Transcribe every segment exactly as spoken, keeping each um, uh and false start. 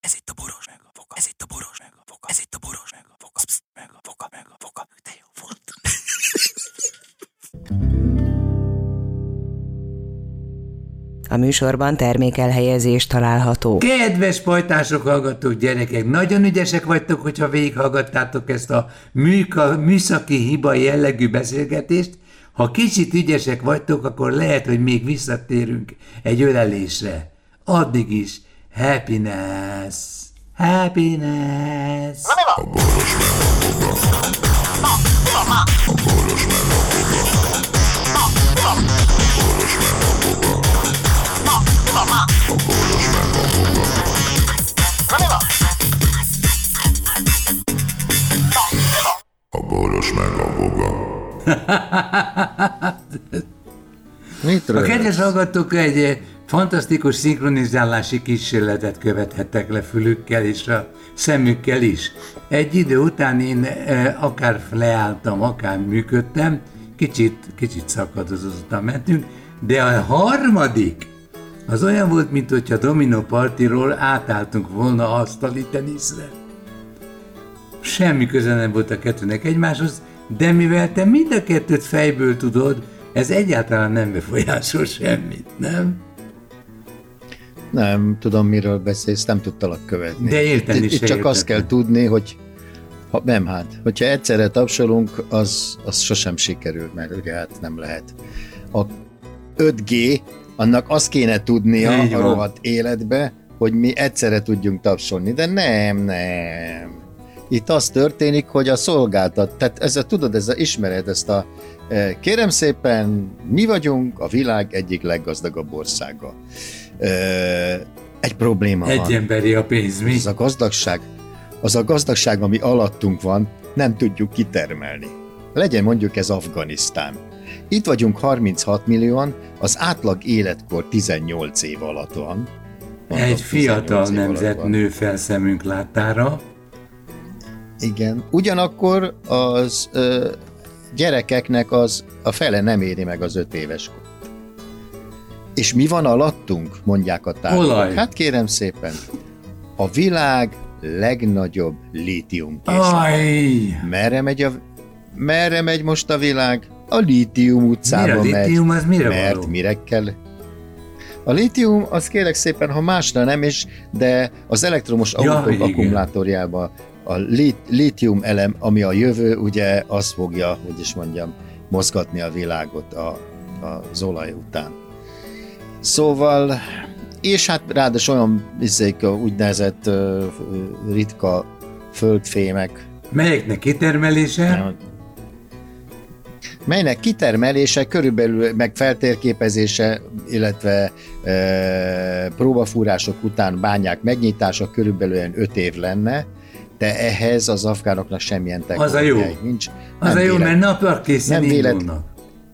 Ez itt a boros meg a foka. Ez itt a boros meg a foka. Ez itt a boros meg a foka. Psz, meg a foka, meg a foka. De jó volt. A műsorban termékelhelyezés található. Kedves pajtások, hallgatók, gyerekek, nagyon ügyesek vagytok, hogyha végighallgattátok ezt a műka, műszaki hiba jellegű beszélgetést. Ha kicsit ügyesek vagytok, akkor lehet, hogy még visszatérünk egy ölelésre. Addig is happiness, happiness. A boros meg a foga. A boros meg a foga. A boros meg a foga. A boros meg a foga. A boros meg a foga. A kedves hallgatók egy fantasztikus szinkronizálási kísérletet követhettek le fülükkel és a szemükkel is. Egy idő után én akár leálltam, akár működtem, kicsit, kicsit szakadozottan mentünk, de a harmadik az olyan volt, mint hogyha Domino Partiról átálltunk volna asztali teniszre. Semmi köze nem volt a kettőnek egymáshoz, de mivel te mind a kettőt fejből tudod, ez egyáltalán nem befolyásol semmit, nem? Nem tudom, miről beszélsz, nem tudtalak követni. De érteni itt, se itt csak értettem. Azt kell tudni, hogy ha, nem hát, hogyha egyszerre tapsolunk, az, az sosem sikerül, mert ugye hát nem lehet. A öt G, annak azt kéne tudnia Így a van. rohadt életbe, hogy mi egyszerre tudjunk tapsolni, de nem, nem. Itt az történik, hogy a szolgáltat, tehát ez a, tudod, ez a, ismered ezt a, e, kérem szépen, mi vagyunk a világ egyik leggazdagabb országa. E, egy probléma van. Egy emberi a pénz, mi? Az a gazdagság, az a gazdagság, ami alattunk van, nem tudjuk kitermelni. Legyen mondjuk ez Afganisztán. Itt vagyunk harminchat millióan, az átlag életkor tizennyolc év alatt van. Mondom, Egy fiatal tizennyolc év alatt nemzet van. nő fel szemünk láttára. Igen. Ugyanakkor az ö, gyerekeknek az a fele nem éri meg az öt éves kort. És mi van alattunk, mondják a tárgyak. Olaj. Hát kérem szépen, a világ legnagyobb lítiumkészlet. Aj! Merre megy, a, merre megy most a világ? A lítium utcába Mire? A megy. lítium az mire Mert való? mire kell? A lítium, az kérlek szépen, ha másra nem is, de az elektromos Ja, autók igen. akkumulátorjában a lí- lítium elem, ami a jövő, ugye az fogja, hogy is mondjam, mozgatni a világot a, a, az olaj után. Szóval, és hát ráadásul olyan izzék, úgynevezett uh, ritka földfémek, Melyeknek kitermelése? melynek kitermelése, körülbelül meg feltérképezése, illetve e, próbafúrások után bányák megnyitása körülbelül olyan öt év lenne, de ehhez az afgánoknak semmilyen technológiájuk nincs. Az Nem a jó, vélet- mert napra készen nem vélet- indulnak.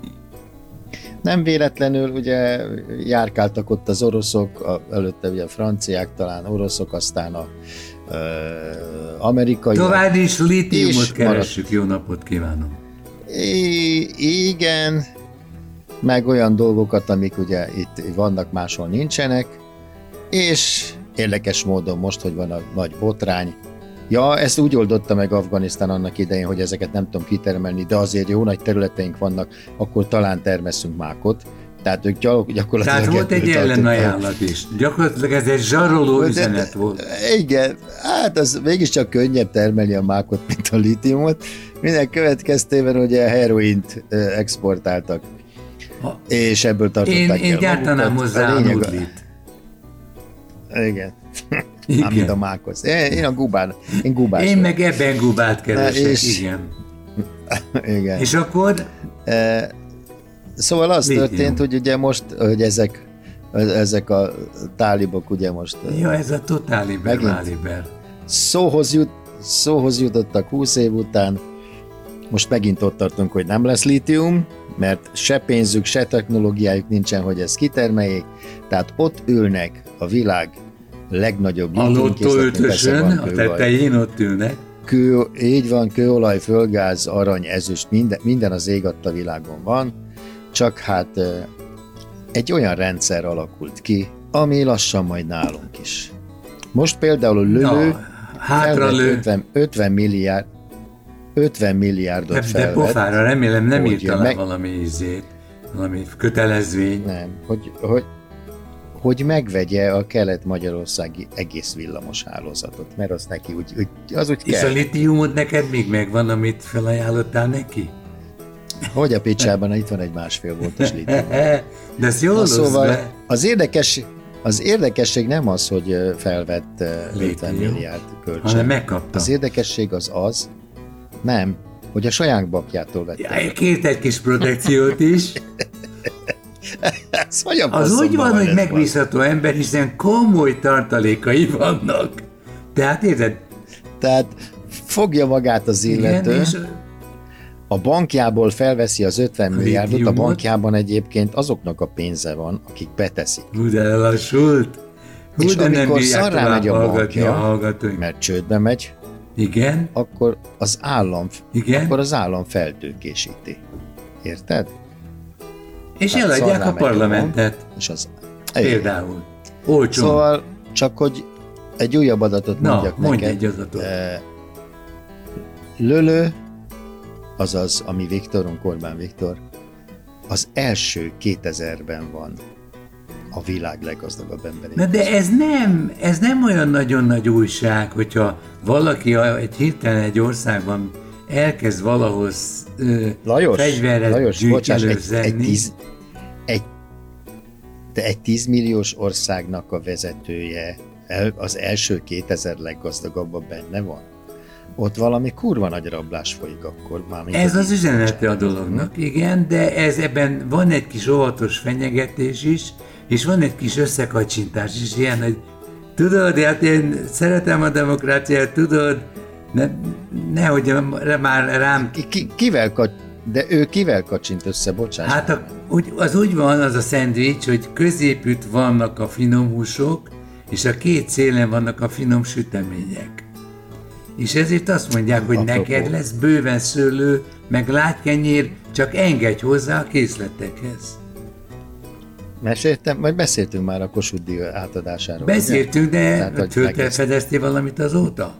Nem véletlenül ugye járkáltak ott az oroszok, a, előtte ugye a franciák, talán oroszok, aztán a e, amerikai. Tovább is lítiumot És keressük. Jó napot kívánom. I- igen, meg olyan dolgokat, amik ugye itt vannak, máshol nincsenek, és érdekes módon most, hogy van a nagy botrány. Ja, ezt úgy oldotta meg Afganisztán annak idején, hogy ezeket nem tudom kitermelni, de azért jó nagy területeink vannak, akkor talán termesszünk mákot. Tehát ők gyal- gyakorlatilag... Tehát volt egy ettől tartottak. ellenajánlat is. Gyakorlatilag ez egy zsaroló De- üzenet volt. Igen, hát az mégiscsak könnyebb termelni a mákot, mint a lítiumot. Minden következtében ugye heroint ö, exportáltak, Ha- és ebből tartották Én, el én gyártanám magukat. hozzá a lényeg- nudlit. Igen. Ám mint a Igen. mákhoz. Én, én a gubán, én gubás Én vagyok. meg ebben gubát keresek, és- igen. Igen. És akkor E, szóval az Lítium. történt, hogy ugye most, hogy ezek, ezek a tálibok ugye most ja, ez a totáliber, Megint. máliber. szóhoz, jut, szóhoz jutottak húsz év után, most megint ott tartunk, hogy nem lesz lítium, mert se pénzük, se technológiájuk nincsen, hogy ezt kitermeljék, tehát ott ülnek a világ legnagyobb A lottó lítiumkészletén, persze ötösön, van a kőolaj. tetején ott ülnek. Kő, így van, kőolaj, földgáz, arany, ezüst, minden, minden az ég adta világon van, csak hát ö, egy olyan rendszer alakult ki, ami lassan majd nálunk is. Most például a lövő hátralő. ötven, ötven milliárd ötven milliárdot de, felvett. De pofára, remélem nem írta le meg... valami ízét, valami kötelezvény. Nem, hogy, hogy, hogy megvegye a kelet-magyarországi egész villamos hálózatot, mert az neki úgy, úgy, az úgy És kell. a litiumod neked még megvan, amit felajánlottál neki? Hogy a picsában, itt van egy másfél voltos litium. De ezt jól szóval be. Az érdekes, az érdekesség nem az, hogy felvett ötven milliárd kölcsön. Hanem megkapta. Az érdekesség az az, nem, hogy a saját bakjától vette. Ja, kért egy kis protekciót is. Ez hogy az úgy van, hogy megbízható ember, hiszen komoly tartalékai vannak. Tehát érted? Tehát fogja magát az illető, igen, és a bankjából felveszi az ötven milliárdot, a litiumot. bankjában egyébként azoknak a pénze van, akik beteszik. Hú, de lelassult. Hú, És de nem amikor bírják szarrá tovább megy a hallgatni bankja, a hallgatóink. mert csődbe megy, Igen, akkor az állam, Igen. akkor az állam feltőkésíti. Érted? és Tehát eladják szarrá a megy a parlamentet. bank, és az... Például. Olcsón. Szóval csak, hogy egy újabb adatot Na, mondjak mondj neked. egy adatot. Eh, Lölő, azaz a mi Viktorunk, Orbán Viktor, az első kétezerben van a világ leggazdagabb emberi. Na de ez nem, ez nem olyan nagyon nagy újság, hogyha valaki egy hirtelen egy országban elkezd valahol ö, Lajos, fegyverrel Lajos, bocsáss, egy, egy, gyűjteni. tíz, egy, de egy tízmilliós országnak a vezetője el, az első kétezer leggazdagabban benne van. Ott valami kurva nagy rablás folyik akkor már. Ez az üzenete a dolognak, igen, de ez ebben van egy kis óvatos fenyegetés is, és van egy kis összekacsintás is, ilyen, hogy tudod, hát én szeretem a demokráciát, tudod, ne, nehogy már rám... Ki, ki, kivel kac, de ő kivel kacsint össze, bocsáss? Hát a, úgy, az úgy van, az a szendvics, hogy középütt vannak a finom húsok, és a két szélen vannak a finom sütemények. És ezért azt mondják, hogy Apropó. neked lesz bőven szőlő, meg lágykenyér, csak engedj hozzá a készletekhez. Meséltem, vagy beszéltünk már a Kossuth díj átadásáról. Beszéltünk, de Tehát, fölfedeztél valamit azóta?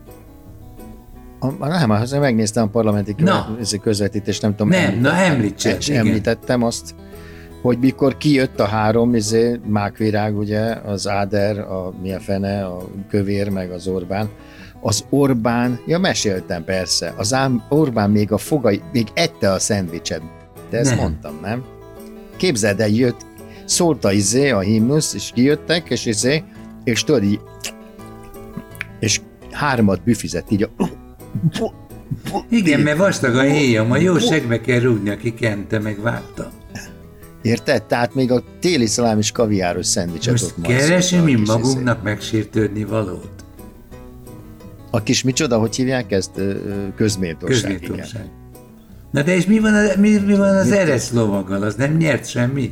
A, nem, azért megnéztem a parlamenti Na. közvetítést, nem tudom. Nem, na említsed, És igen. említettem azt, hogy mikor kijött a három izé, mákvirág, ugye, az Áder, a mi a fene, a Kövér, meg az Orbán, az Orbán, ja meséltem persze, az ám, Orbán még a fogai, még ette a szendvicset, de ezt Nem. mondtam, nem? Képzeld el, jött, szólta izé a himnusz, és kijöttek, és izé, és tudod így, és hármat büfizett így a... Igen, mert vastag a héja, ma jó segbe kell rúgni, aki kente, meg vágta. Érted? Tehát még a téli szalámis kaviáros szendvicset Most ott marszolta keresünk a mi kis magunknak megsértődni valót. A kis micsoda, hogy hívják ezt? Ö, ö, Közméltóság. Igen. Közméltóság. Na de és mi van, a, mi, mi van az Eresz lovaggal? Az nem nyert semmit?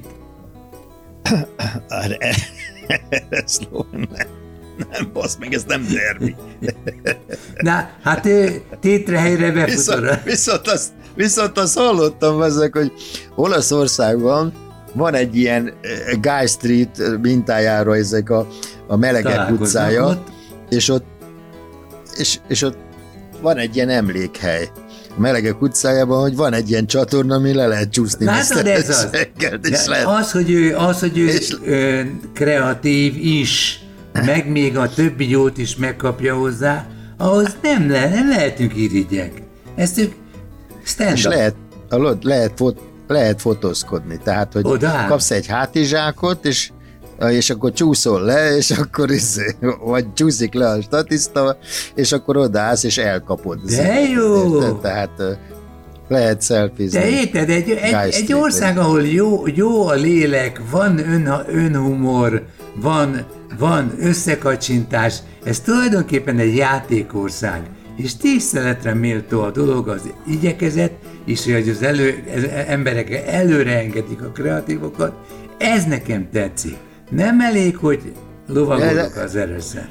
Ez ló, nem, nem, bassz meg, ez nem derbi. Na, hát ő tétre helyre befutóra. Viszont, viszont, azt, viszont azt hallottam ezek, hogy Olaszországban van egy ilyen Guy Street mintájára ezek a, a melegek utcája, ott. és ott, és, és ott van egy ilyen emlékhely a Melegek utcájában, hogy van egy ilyen csatorna, ami le lehet csúszni. Látod, ez az. És lehet. Az, hogy ő, az, hogy ő És- ö, kreatív is, meg még a többi jót is megkapja hozzá, ahhoz nem, le, nem lehetünk irigyek. Ezt ők stand-up. És lehet, hallod, lehet, fot, lehet fotózkodni, tehát, hogy Odaáll. kapsz egy hátizsákot, és, és akkor csúszol le, és akkor izé, vagy csúszik le a statiszta, és akkor odaállsz, és elkapod. De jó! Érted? Tehát ö, lehet szelfizni. De érted, egy, egy, egy Street-en. ország, ahol jó, jó a lélek, van ön, önhumor, van, van összekacsintás, ez tulajdonképpen egy játékország, és tiszteletre méltó a dolog, az igyekezet, és hogy az elő, az emberek előre engedik a kreatívokat, ez nekem tetszik. Nem elég, hogy lovagolok az Ereszen.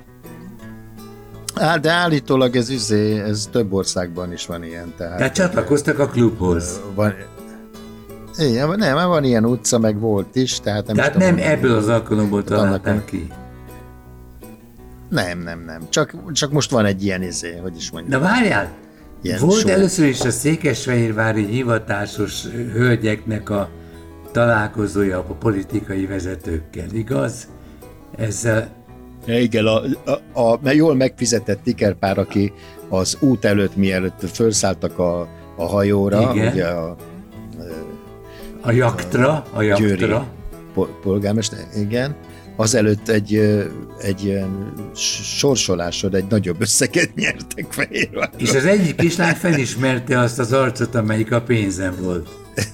Á, de állítólag ez, izé, ez több országban is van ilyen. Tehát, Tehát csatlakoztak a klubhoz. Van, igen, nem, van ilyen utca, meg volt is. Tehát nem, Tehát is nem tudom, ebből az alkalomból Tehát annak találták a- ki. Nem, nem, nem. Csak, csak most van egy ilyen izé, hogy is mondjam. Na várjál! Ilyen Volt show. először is a székesfehérvári hivatásos hölgyeknek a találkozója a politikai vezetőkkel, igaz? Ezzel... Ja, igen, a, a, a, a jól megfizetett ikerpár, aki az út előtt, mielőtt felszálltak a, a hajóra, igen. ugye a, a jaktra, a jaktra. Győri polgármester, igen, azelőtt egy, egy ilyen sorsolásod, egy nagyobb összeget nyertek Fehérváron. És az egyik kislány felismerte azt az arcot, amelyik a pénzem volt.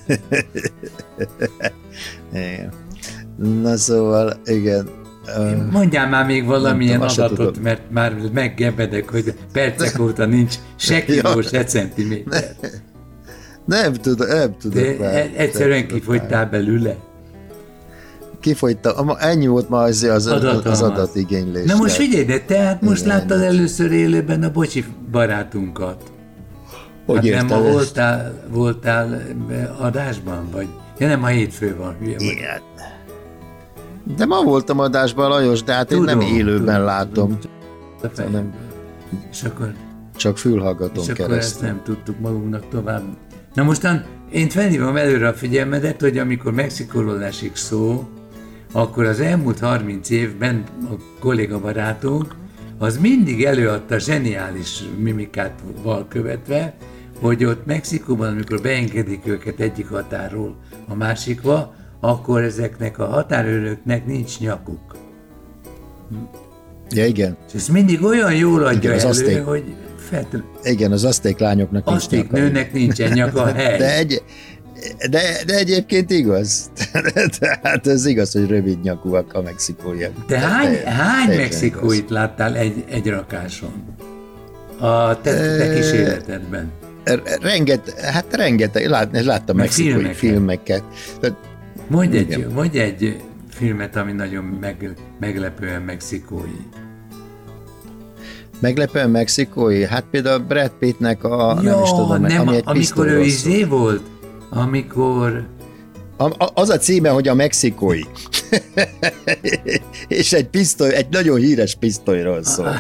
Igen. Na szóval, igen. Mondjál már még valamilyen tudom, adatot, mert már meggebedek, hogy percek óta nincs se kiló, se centiméter. Nem tudom, nem tudok már. Egyszerűen kifogytál belőle? Kifogytam, ennyi volt ma az, az, az adatigénylés. Na most figyelj, de te hát most igen, láttad először élőben a Bocsi barátunkat. Hogy hát érted? Nem, voltál, voltál adásban, vagy? Ja nem, a hétfő van. Igen. De ma voltam adásban, Lajos, de hát tudom, én nem élőben tudom, látom. Tudom, hanem és akkor, csak fülhallgatom és keresztül. akkor ezt nem tudtuk magunknak tovább. Na mostan én felhívom előre a figyelmedet, hogy amikor Mexikóról esik szó, akkor az elmúlt harminc évben a kolléga barátunk az mindig előadta zseniális mimikával követve, hogy ott Mexikóban, amikor beengedik őket egyik határról a másikba, akkor ezeknek a határőröknek nincs nyakuk. Ja, igen. És ezt mindig olyan jól adja igen, elő, azték, hogy... Feltől... Igen, az azték lányoknak nincs azték nyaka. Azték nőnek nincsen nyaka, hely. De, egy, de, de egyébként igaz. Tehát ez igaz, hogy rövid nyakúak a mexikóiak. De hány, te, hány mexikóit igaz. Láttál egy, egy rakáson? A te, te kis életedben? Renget, hát rengeteg, lát, láttam mexikói filmeket. filmeket. Mondj egy, mondj egy filmet, ami nagyon meg, meglepően mexikói. Meglepően mexikói? Hát például Brad Pittnek a, ja, nem is tudom, nem, ami egy amikor ő izé volt, amikor... A, a, az a címe, hogy a mexikói. És egy pisztoly, egy nagyon híres pisztolyról szól.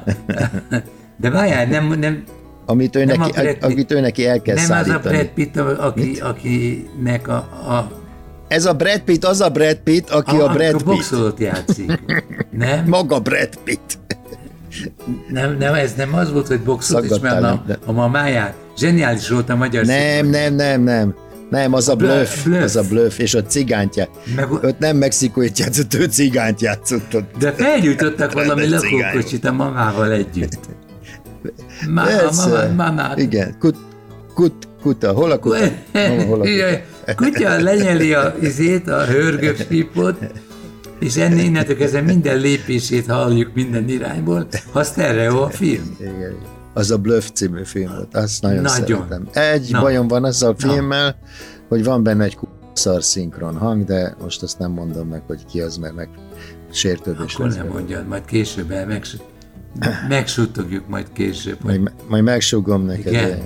De várjál, nem... nem amit ő, nem neki, a, amit ő neki el kell nem szállítani. Nem az a Brad Pitt, aki, akinek a, a... Ez a Brad Pitt, az a Brad Pitt, aki a, a Brad Pitt. boxolót játszik. Nem? Maga Brad Pitt. Nem, nem, ez nem az volt, hogy boxolt, és már a, a mamáját. Zseniális volt a magyar Nem, szépen. nem, nem, nem. Nem, az a, a bluff, bluff, az a bluff, és a cigántja. Meg... Ott nem mexikóit játszott, ő cigánt játszott ott. De felgyújtottak valami lakókocsit a mamával együtt. Ma, a mama, mamát. Igen, kut, kut, kuta, hol a kuta? Mama, hol a kuta? Kutya lenyeli a izét, a hörgősípot, és ennél innentől kezdve minden lépését halljuk minden irányból, ha sztereó a film. Igen. Az a Bluff című film volt, azt nagyon, nagyon. szeretem. Egy Na. bajom van azzal a filmmel, Na. hogy van benne egy szar szinkron hang, de most azt nem mondom meg, hogy ki az, mert meg sértődés. Akkor nem mondjad, majd később el, megs- megsútogjuk majd később. Majd, hogy... majd megsúgom neked. Igen.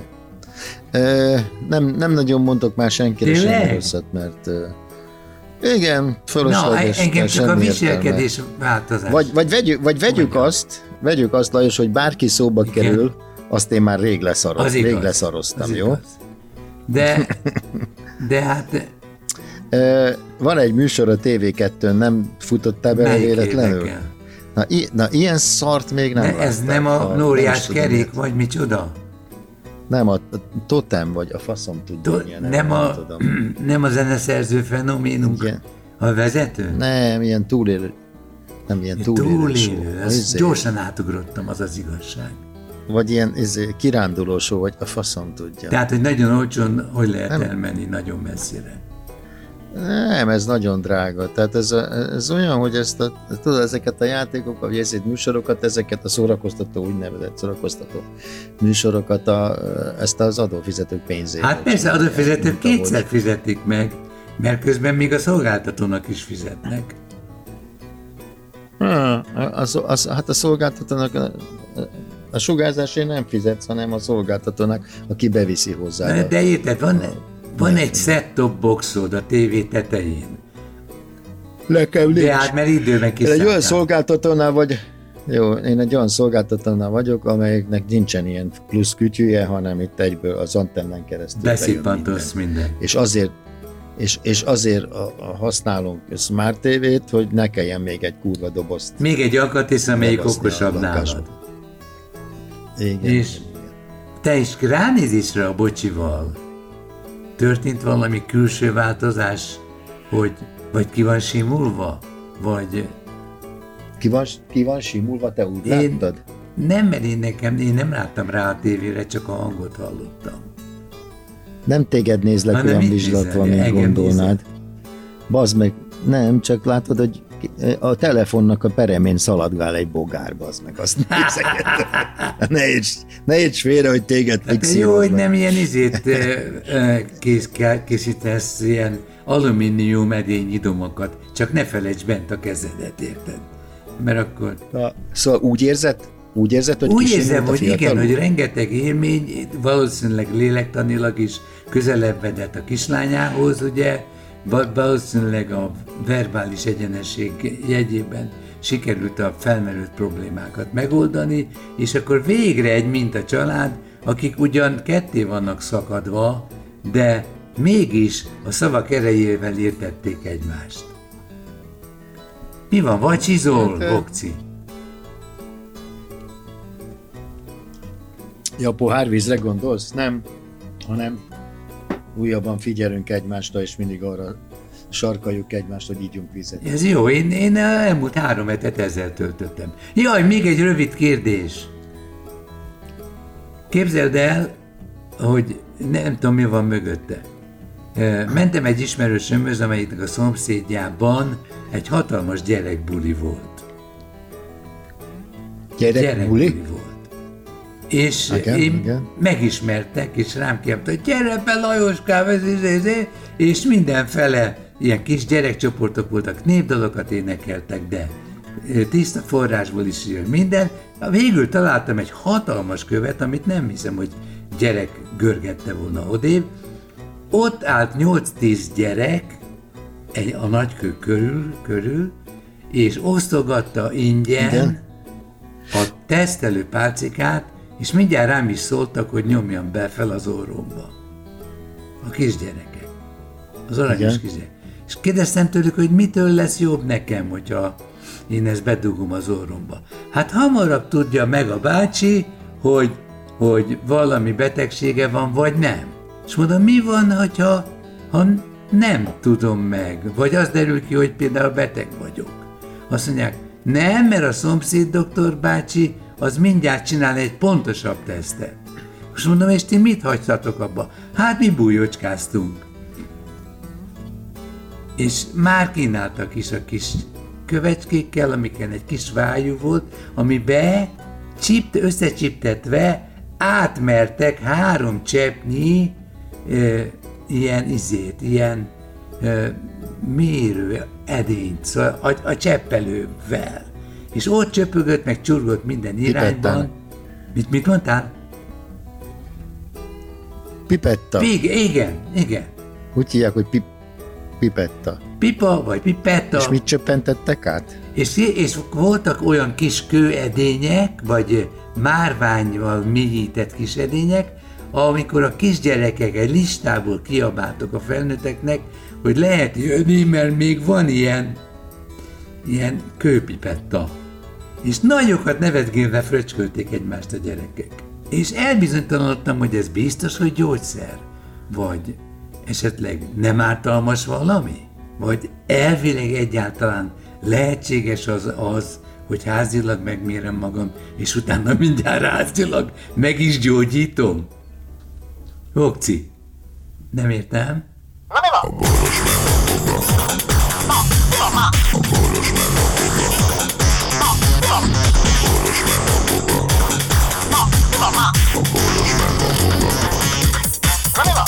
E, nem, nem nagyon mondok már senkire semmi rosszat, mert e, igen, fölösleges. Na, engem csak a viselkedés értelme. Változás. Vagy, vagy vegyük, vagy vegyük azt, vegyük azt, Lajos, hogy bárki szóba Igen. kerül, azt én már rég, leszaroz, rég leszaroztam, jó? Igaz. De, de hát... E, van egy műsor a té vé kettőn, nem futottál bele véletlenül? Na, i, na, ilyen szart még nem láttam. Ez nem a Nóriás kerék, vagy micsoda? Nem, a, a totem, vagy a faszom tudja. To, nem, nem, a, nem a zeneszerző fenoménum, Igen. a vezető? Nem, ilyen túlélő. Nem ilyen túlélő. Túlélő, ezt gyorsan átugrottam, az az igazság. Vagy ilyen izé, kiránduló show, vagy a faszom tudja. Tehát, hogy nagyon olcsón, hogy lehet nem. elmenni nagyon messzire. Nem, ez nagyon drága. Tehát ez, a, ez olyan, hogy ezt a, tudod, ezeket a játékokat, vagy ezeket műsorokat, ezeket a szórakoztató, úgynevezett szórakoztató műsorokat, a, ezt az adófizetők pénzét. Hát persze, adófizetők kétszer fizetik meg, mert közben még a szolgáltatónak is fizetnek. Ha, az, az, hát a szolgáltatónak a, a sugárzásért nem fizetsz, hanem a szolgáltatónak, aki beviszi hozzá. De, de érted, van... A, Van egy set-top boxod a tévé tetején. Nekem nincs. De hát, mert időben kiszálltál. Egy olyan szolgáltatónál vagy, Jó, én egy olyan szolgáltatónál vagyok, amelyeknek nincsen ilyen plusz kütyűje, hanem itt egyből az antennen keresztül beszippantasz minden. minden. És azért, és, és azért a, a használunk Smart té vét, hogy ne kelljen még egy kurva dobozt. Még egy alkatrész, amelyik okosabb nálad. Igen. És te is ránézésre a bocsival történt valami külső változás, hogy vagy ki van simulva, vagy... Ki van, ki van simulva, te úgy én láttad? Nem, mert én nekem, én nem láttam rá a tévére, csak a hangot hallottam. Nem téged nézlek, hanem olyan vizslatva, mint gondolnád. Bazd meg, nem, csak látod, hogy a telefonnak a peremén szaladgál egy bogár, bazd meg, azt nézegettem. Ne érts, ne érts félre, hogy téged fixíroznak. Jó, hogy nem ilyen izét kész, készítesz, ilyen alumínium edény idomokat, csak ne felejts bent a kezedet, érted? Mert akkor... Na, szóval úgy érzed? Úgy érzed, hogy úgy érzem, hogy igen, hogy rengeteg élmény, valószínűleg lélektanilag is közelebb vedett a kislányához, ugye, valószínűleg a verbális egyenesség jegyében sikerült a felmerült problémákat megoldani, és akkor végre egy minta család, akik ugyan ketté vannak szakadva, de mégis a szavak erejével értették egymást. Mi van, vacsizol, Bokci? Ja, pohárvízre gondolsz? Nem, hanem újabban figyelünk egymásra, és mindig arra sarkaljuk egymást, hogy ígyunk vizet. Ez jó, én, én elmúlt három hetet ezzel töltöttem. Jaj, még egy rövid kérdés. Képzeld el, hogy nem tudom, mi van mögötte. Mentem egy ismerősömhöz, amelyiknek a szomszédjában egy hatalmas gyerekbuli volt. Gyerekbuli? Gyerekbuli volt. És igen, én igen. megismertek, és rám kérte, hogy gyere be Lajoskám, ez, ez, ez, ez, és mindenfele ilyen kis gyerekcsoportok voltak, népdalokat énekeltek, de tiszta forrásból is jön minden. Végül találtam egy hatalmas követ, amit nem hiszem, hogy gyerek görgette volna odébb. Ott állt nyolc-tíz gyerek egy, a nagykő körül, körül, és osztogatta ingyen igen. a tesztelő pálcikát, és mindjárt rám is szóltak, hogy nyomjam be fel az orromba. A kisgyerekek. Az aranyos kisgyerekek. És kérdeztem tőlük, hogy mitől lesz jobb nekem, hogyha én ezt bedugom az orromba. Hát hamarabb tudja meg a bácsi, hogy, hogy valami betegsége van, vagy nem. És mondom, mi van, hogyha, ha nem tudom meg, vagy az derül ki, hogy például beteg vagyok. Azt mondják, nem, mert a szomszéd doktor bácsi az mindjárt csinál egy pontosabb tesztet. Most mondom, és ti mit hagytatok abba? Hát mi bújócskáztunk. És már kínáltak is a kis kövecskékkel, amiken egy kis vájú volt, amibe csipt, összecsiptetve átmertek három cseppnyi e, ilyen izét, ilyen e, mérő edényt, szóval a, a cseppelővel. És ott csöpögött, meg csurgott minden irányban. Mit, mit mondtál? Pipetta. Pig, igen, igen. Úgy hívják, hogy pip, pipetta. Pipa, vagy pipetta. És mit csöppentettek át? És, és voltak olyan kis kőedények, vagy márványval mélyített kis edények, amikor a kisgyerekek egy listából kiabáltak a felnőtteknek, hogy lehet jönni, mert még van ilyen, ilyen kőpipetta. És nagyokat nevetgélve fröcskölték egymást a gyerekek. És elbizonytalanodtam, hogy ez biztos, hogy gyógyszer? Vagy esetleg nem ártalmas valami? Vagy elvileg egyáltalán lehetséges az az, hogy házilag megmérem magam, és utána mindjárt házilag meg is gyógyítom? Okci, nem értem? Na mi van? A boros meg a boga. Na, mi van már? A boros meg a boga. Na, mi van? A boros meg a boga. Na, mi van már? A boros meg a boga. Na mi van?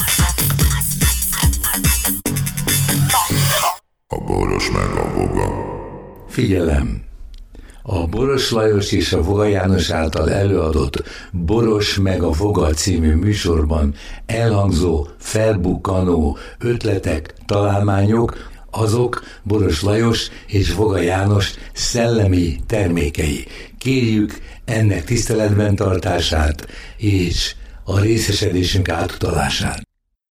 Na, mi van? A boros meg a boga. Figyelem! A Boros Lajos és a Voga János által előadott Boros meg a Voga című műsorban elhangzó, felbukkanó ötletek, találmányok, azok Boros Lajos és Voga János szellemi termékei. Kérjük ennek tiszteletben tartását és a részesedésünk átutalását.